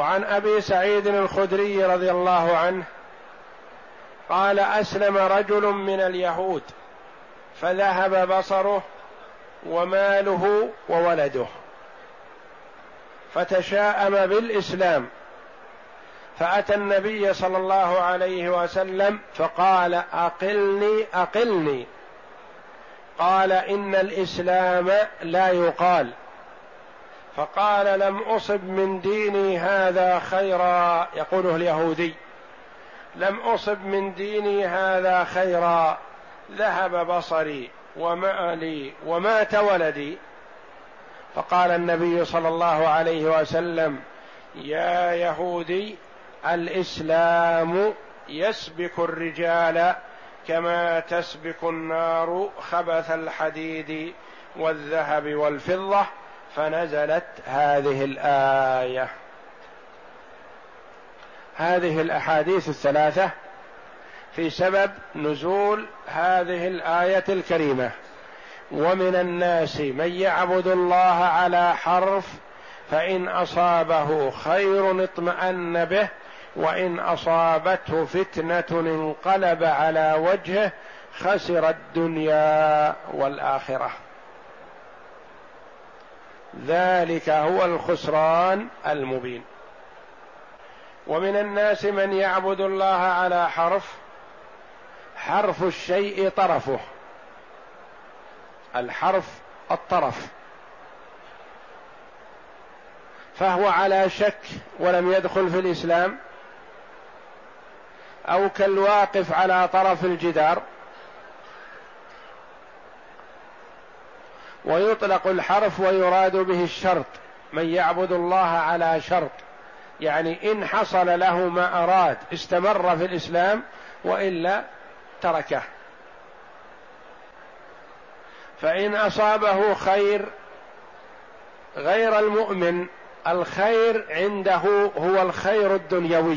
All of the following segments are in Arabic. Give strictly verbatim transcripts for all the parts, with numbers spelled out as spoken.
وعن أبي سعيد الخدري رضي الله عنه قال: أسلم رجل من اليهود فذهب بصره وماله وولده، فتشاءم بالإسلام، فأتى النبي صلى الله عليه وسلم فقال: أقلني أقلني. قال: إن الإسلام لا يقال. فقال: لم أصب من ديني هذا خيرا، يقوله اليهودي: لم أصب من ديني هذا خيرا، ذهب بصري ومالي ومات ولدي. فقال النبي صلى الله عليه وسلم: يا يهودي، الإسلام يسبك الرجال كما تسبك النار خبث الحديد والذهب والفضة. فنزلت هذه الآية. هذه الأحاديث الثلاثة في سبب نزول هذه الآية الكريمة: ومن الناس من يعبد الله على حرف فإن أصابه خير اطمأن به وإن أصابته فتنة انقلب على وجهه خسر الدنيا والآخرة. ذلك هو الخسران المبين. ومن الناس من يعبد الله على حرف، حرف الشيء طرفه، الحرف الطرف، فهو على شك ولم يدخل في الإسلام، أو كالواقف على طرف الجدار. ويطلق الحرف ويراد به الشرط، من يعبد الله على شرط، يعني إن حصل له ما أراد استمر في الإسلام وإلا تركه. فإن أصابه خير، غير المؤمن الخير عنده هو الخير الدنيوي،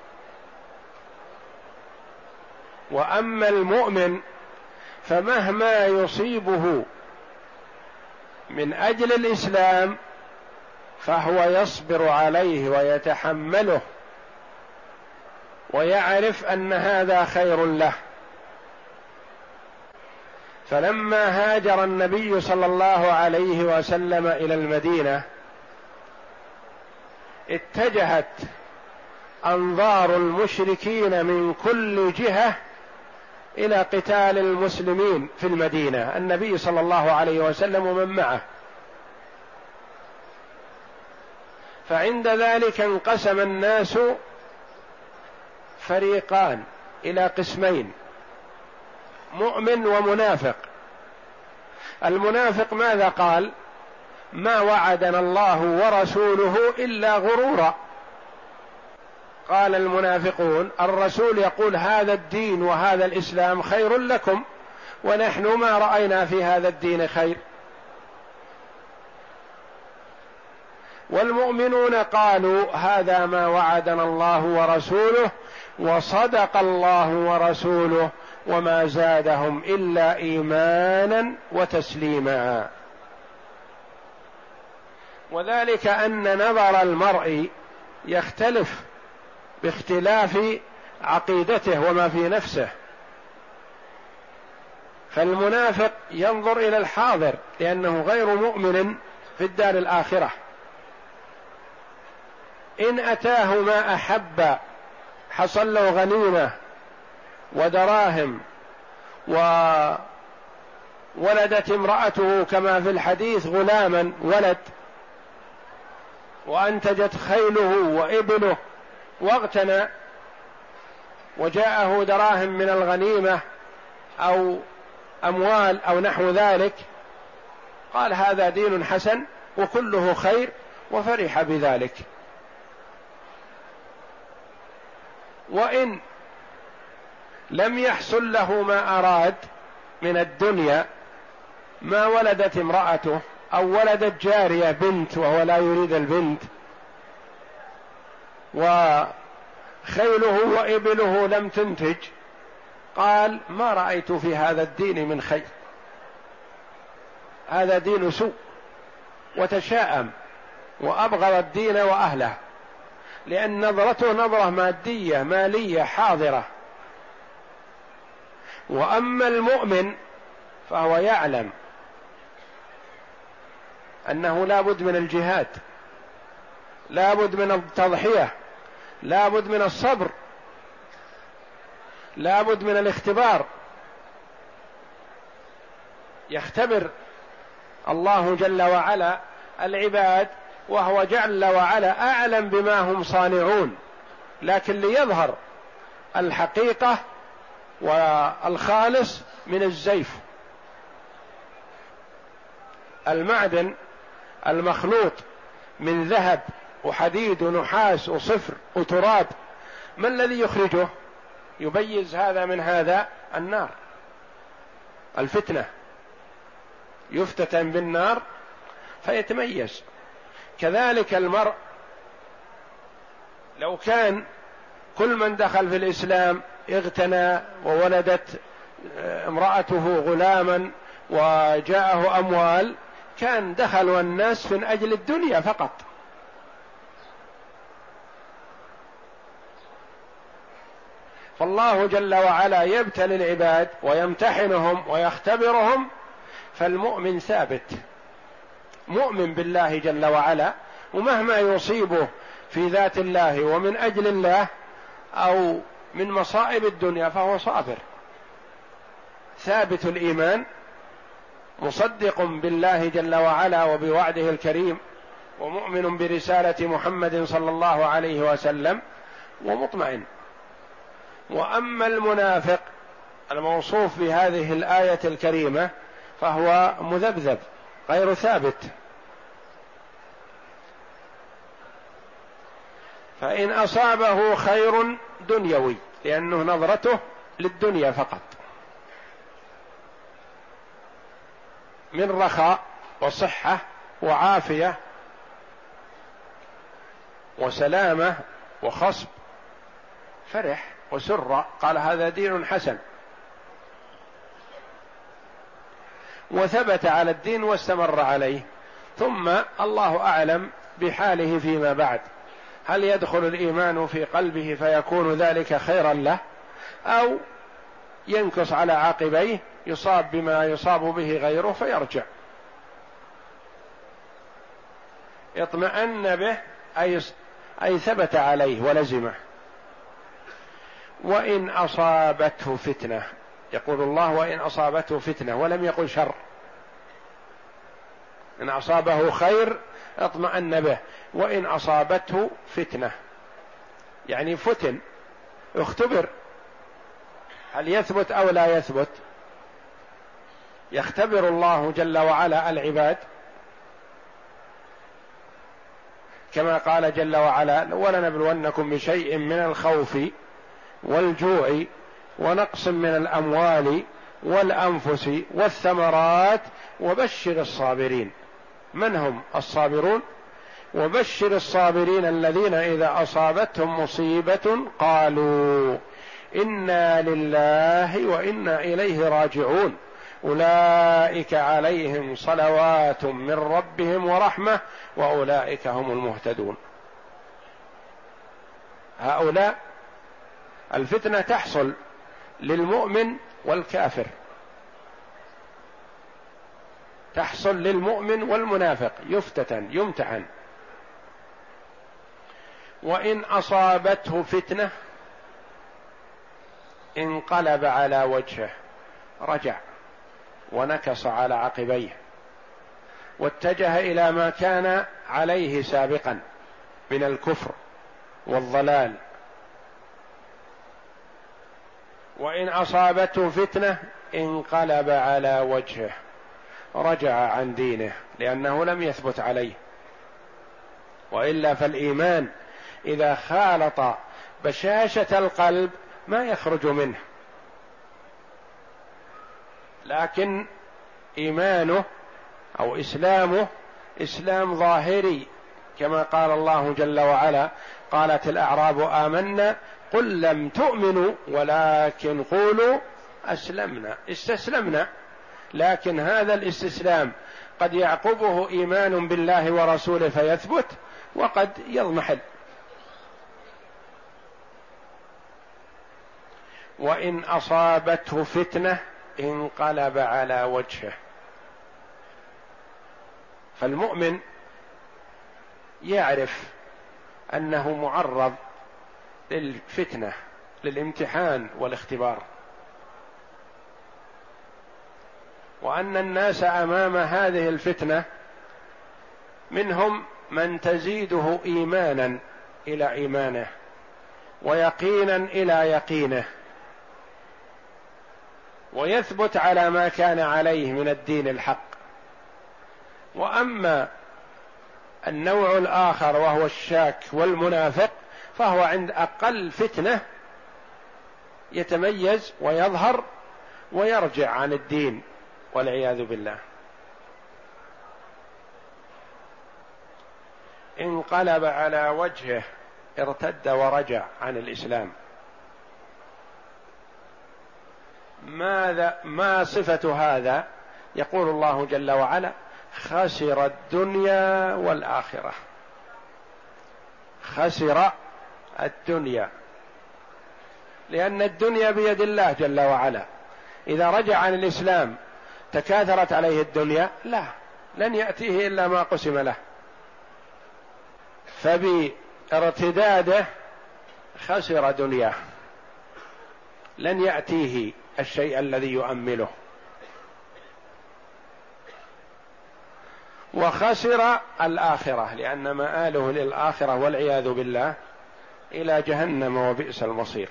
وأما المؤمن فمهما يصيبه من أجل الإسلام فهو يصبر عليه ويتحمله ويعرف أن هذا خير له. فلما هاجر النبي صلى الله عليه وسلم إلى المدينة اتجهت أنظار المشركين من كل جهة إلى قتال المسلمين في المدينة، النبي صلى الله عليه وسلم ومن معه. فعند ذلك انقسم الناس فريقان إلى قسمين: مؤمن ومنافق. المنافق ماذا قال؟ ما وعدنا الله ورسوله إلا غرورا. قال المنافقون: الرسول يقول هذا الدين وهذا الإسلام خير لكم ونحن ما رأينا في هذا الدين خير. والمؤمنون قالوا هذا ما وعدنا الله ورسوله وصدق الله ورسوله وما زادهم إلا إيمانا وتسليما. وذلك أن نظر المرء يختلف باختلاف عقيدته وما في نفسه. فالمنافق ينظر إلى الحاضر لأنه غير مؤمن في الدار الآخرة، إن أتاه ما أحب حصل له غنيمة ودراهم وولدت امرأته كما في الحديث غلاما ولد، وأنتجت خيله وإبله واغتنى، وجاءه دراهم من الغنيمة أو أموال أو نحو ذلك، قال هذا دين حسن وكله خير وفرح بذلك. وإن لم يحصل له ما أراد من الدنيا، ما ولدت امرأته أو ولدت جارية بنت وهو لا يريد البنت، وخيله وإبله لم تنتج، قال ما رأيت في هذا الدين من خير، هذا دين سوء، وتشاءم وأبغض الدين وأهله. لأن نظرته نظرة مادية مالية حاضرة. وأما المؤمن فهو يعلم أنه لا بد من الجهاد، لا بد من التضحية، لا بد من الصبر، لا بد من الاختبار. يختبر الله جل وعلا العباد وهو جل وعلا أعلم بما هم صانعون، لكن ليظهر الحقيقة والخالص من الزيف. المعدن المخلوط من ذهب وحديد ونحاس وصفر وتراب، ما الذي يخرجه يبيز هذا من هذا؟ النار، الفتنة، يفتتن بالنار فيتميز. كذلك المرء لو كان كل من دخل في الإسلام اغتنى وولدت امرأته غلاما وجاءه أموال، كان دخلوا الناس من أجل الدنيا فقط. فالله جل وعلا يبتلي العباد ويمتحنهم ويختبرهم، فالمؤمن ثابت مؤمن بالله جل وعلا، ومهما يصيبه في ذات الله ومن أجل الله أو من مصائب الدنيا فهو صابر ثابت الإيمان، مصدق بالله جل وعلا وبوعده الكريم، ومؤمن برسالة محمد صلى الله عليه وسلم، ومطمئن. وأما المنافق الموصوف بهذه الآية الكريمة فهو مذبذب غير ثابت. فإن أصابه خير دنيوي، لأنه نظرته للدنيا فقط، من رخاء وصحة وعافية وسلامة وخصب، فرح وسر، قال هذا دين حسن، وثبت على الدين واستمر عليه. ثم الله أعلم بحاله فيما بعد، هل يدخل الإيمان في قلبه فيكون ذلك خيرا له، أو ينكص على عاقبيه يصاب بما يصاب به غيره فيرجع. اطمأن به أي, أي ثبت عليه ولزمه. وإن أصابته فتنة، يقول الله وإن أصابته فتنة، ولم يقل شر. إن أصابه خير اطمأن به، وإن أصابته فتنة يعني فتن، اختبر، هل يثبت أو لا يثبت؟ يختبر الله جل وعلا العباد، كما قال جل وعلا ولنبلونكم بشيء من الخوف والجوع ونقص من الأموال والأنفس والثمرات وبشر الصابرين. من هم الصابرون؟ وبشر الصابرين الذين إذا أصابتهم مصيبة قالوا إنا لله وإنا إليه راجعون أولئك عليهم صلوات من ربهم ورحمة وأولئك هم المهتدون. هؤلاء الفتنة تحصل للمؤمن والكافر، تحصل للمؤمن والمنافق، يفتتن يمتحن. وإن أصابته فتنة انقلب على وجهه، رجع ونكص على عقبيه واتجه إلى ما كان عليه سابقا من الكفر والضلال. وإن أصابته فتنة انقلب على وجهه، رجع عن دينه لأنه لم يثبت عليه. وإلا فالإيمان إذا خالط بشاشة القلب ما يخرج منه، لكن إيمانه أو إسلامه إسلام ظاهري، كما قال الله جل وعلا قالت الأعراب آمنا قل لم تؤمنوا ولكن قولوا أسلمنا، استسلمنا. لكن هذا الاستسلام قد يعقبه إيمان بالله ورسوله فيثبت، وقد يضمحل وإن أصابته فتنة انقلب على وجهه. فالمؤمن يعرف أنه معرض للفتنة، للامتحان والاختبار، وأن الناس أمام هذه الفتنة منهم من تزيده إيمانا إلى إيمانه ويقينا إلى يقينه، ويثبت على ما كان عليه من الدين الحق. وأما النوع الآخر وهو الشاك والمنافق فهو عند أقل فتنة يتميز ويظهر ويرجع عن الدين والعياذ بالله. انقلب على وجهه، ارتد ورجع عن الإسلام. ماذا ما صفة هذا؟ يقول الله جل وعلا: خسر الدنيا والآخرة. خسر الدنيا، لأن الدنيا بيد الله جل وعلا. إذا رجع عن الإسلام تكاثرت عليه الدنيا؟ لا، لن يأتيه إلا ما قسم له. فبارتداده خسر دنياه، لن يأتيه الشيء الذي يؤمله. وخسر الآخرة، لأن مآله للآخرة والعياذ بالله إلى جهنم وبئس المصير.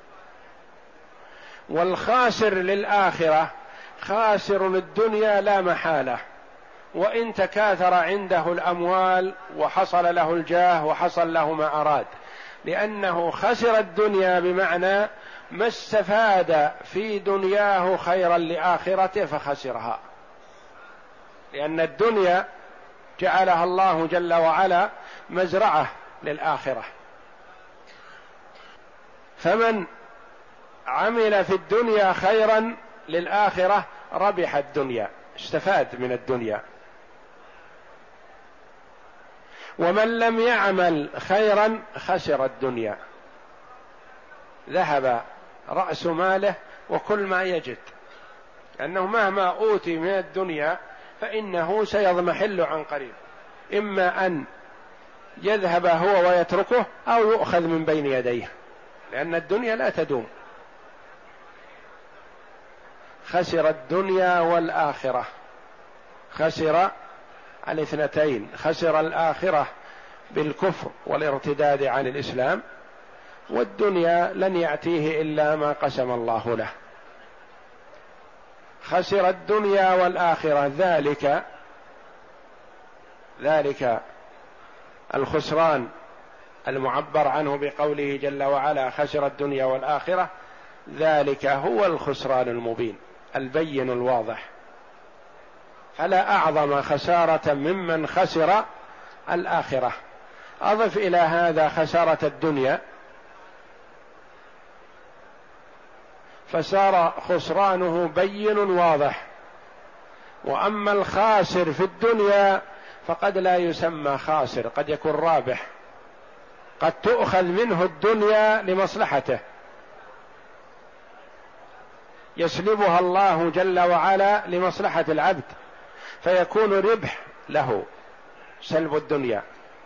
والخاسر للآخرة خاسر الدنيا لا محالة، وإن تكاثر عنده الأموال وحصل له الجاه وحصل له ما أراد، لأنه خسر الدنيا بمعنى ما استفاد في دنياه خيرا لآخرته فخسرها، لأن الدنيا جعلها الله جل وعلا مزرعة للآخرة. فمن عمل في الدنيا خيرا للآخرة ربح الدنيا، استفاد من الدنيا. ومن لم يعمل خيرا خسر الدنيا، ذهب رأس ماله وكل ما يجد، لأنه مهما أوتي من الدنيا فإنه سيضمحل عن قريب، إما أن يذهب هو ويتركه أو يؤخذ من بين يديه، لأن الدنيا لا تدوم. خسر الدنيا والآخرة، خسر الاثنتين، خسر الآخرة بالكفر والارتداد عن الإسلام، والدنيا لن يأتيه إلا ما قسم الله له. خسر الدنيا والآخرة، ذلك ذلك الخسران المعبر عنه بقوله جل وعلا خسر الدنيا والآخرة، ذلك هو الخسران المبين البين الواضح. فلا أعظم خسارة ممن خسر الآخرة. أضف إلى هذا خسارة الدنيا، فصار خسرانه بين واضح. وأما الخاسر في الدنيا فقد لا يسمى خاسر، قد يكون رابح، قد تؤخذ منه الدنيا لمصلحته، يسلبها الله جل وعلا لمصلحة العبد، فيكون ربح له سلب الدنيا.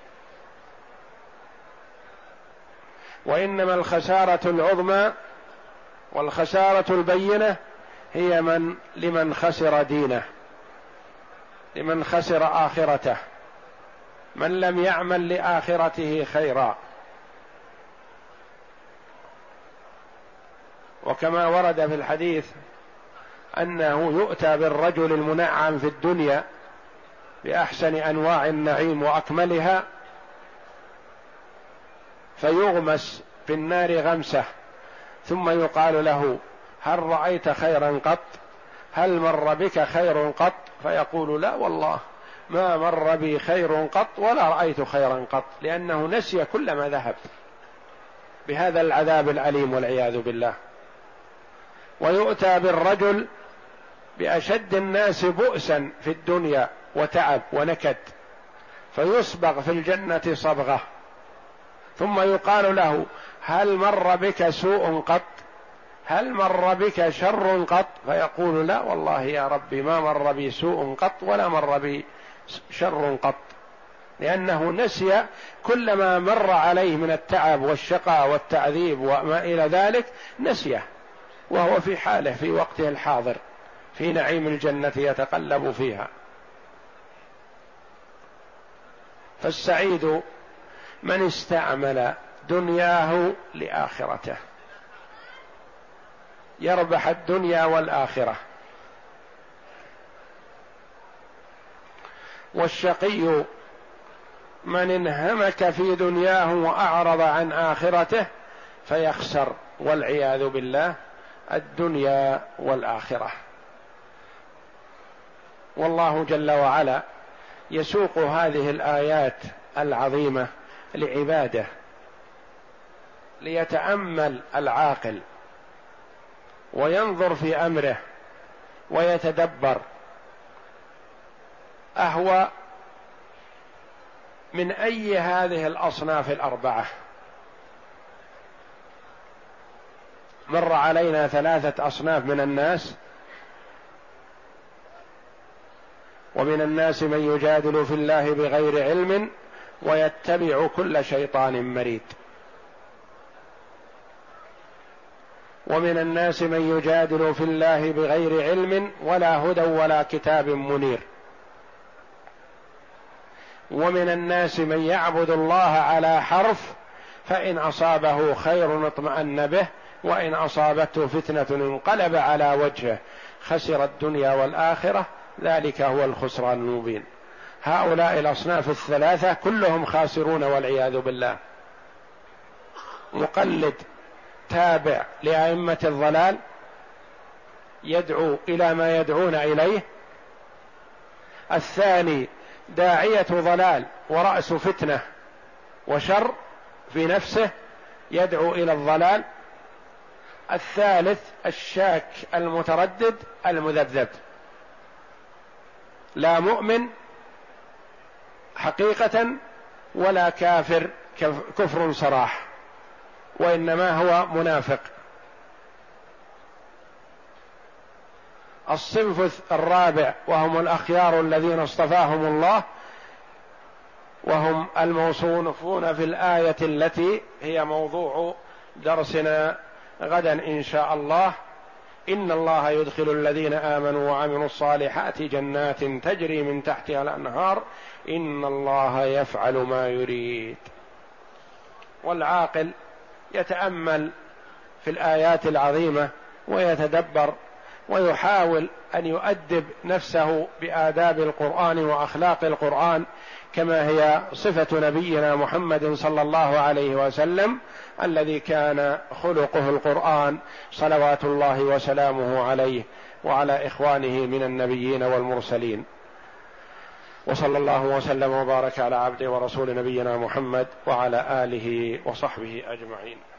وإنما الخسارة العظمى والخسارة البينة هي من لمن خسر دينه، لمن خسر آخرته، من لم يعمل لآخرته خيرا. وكما ورد في الحديث أنه يؤتى بالرجل المنعم في الدنيا بأحسن أنواع النعيم وأكملها، فيغمس في النار غمسة، ثم يقال له: هل رأيت خيرا قط؟ هل مر بك خير قط؟ فيقول: لا والله ما مر بي خير قط ولا رأيت خيرا قط، لأنه نسي كل ما ذهب، بهذا العذاب الأليم والعياذ بالله. ويؤتى بالرجل بأشد الناس بؤسا في الدنيا وتعب ونكد، فيصبغ في الجنة صبغة، ثم يقال له: هل مر بك سوء قط؟ هل مر بك شر قط؟ فيقول لا والله يا ربي ما مر بي سوء قط ولا مر بي شر قط، لأنه نسي كل ما مر عليه من التعب والشقاء والتعذيب وما إلى ذلك، نسيه وهو في حاله في وقته الحاضر في نعيم الجنة يتقلب فيها. فالسعيد من استعمل دنياه لآخرته، يربح الدنيا والآخرة. والشقي من انهمك في دنياه وأعرض عن آخرته فيخسر والعياذ بالله الدنيا والآخرة. والله جل وعلا يسوق هذه الآيات العظيمة لعباده ليتأمل العاقل وينظر في أمره ويتدبر أهو من أي هذه الأصناف الأربعة. مر علينا ثلاثة أصناف من الناس: ومن الناس من يجادل في الله بغير علم ويتبع كل شيطان مريد، ومن الناس من يجادل في الله بغير علم ولا هدى ولا كتاب منير، ومن الناس من يعبد الله على حرف فإن أصابه خير اطمأن به وإن أصابته فتنة انقلب على وجهه خسر الدنيا والآخرة ذلك هو الخسران المبين. هؤلاء الأصناف الثلاثة كلهم خاسرون والعياذ بالله. مقلد تابع لأئمة الضلال يدعو إلى ما يدعون إليه. الثاني داعية ضلال ورأس فتنة وشر في نفسه يدعو إلى الضلال. الثالث الشاك المتردد المذبذب، لا مؤمن حقيقة ولا كافر كفر صراح، وإنما هو منافق. الصنف الرابع وهم الأخيار الذين اصطفاهم الله، وهم الموصوفون في الآية التي هي موضوع درسنا غدا إن شاء الله: إن الله يدخل الذين آمنوا وعملوا الصالحات جنات تجري من تحتها الأنهار إن الله يفعل ما يريد. والعاقل يتأمل في الآيات العظيمة ويتدبر ويحاول أن يؤدب نفسه بآداب القرآن وأخلاق القرآن كما هي صفة نبينا محمد صلى الله عليه وسلم الذي كان خلقه القرآن صلوات الله وسلامه عليه وعلى إخوانه من النبيين والمرسلين. وصلى الله وسلم وبارك على عبده ورسول نبينا محمد وعلى آله وصحبه أجمعين.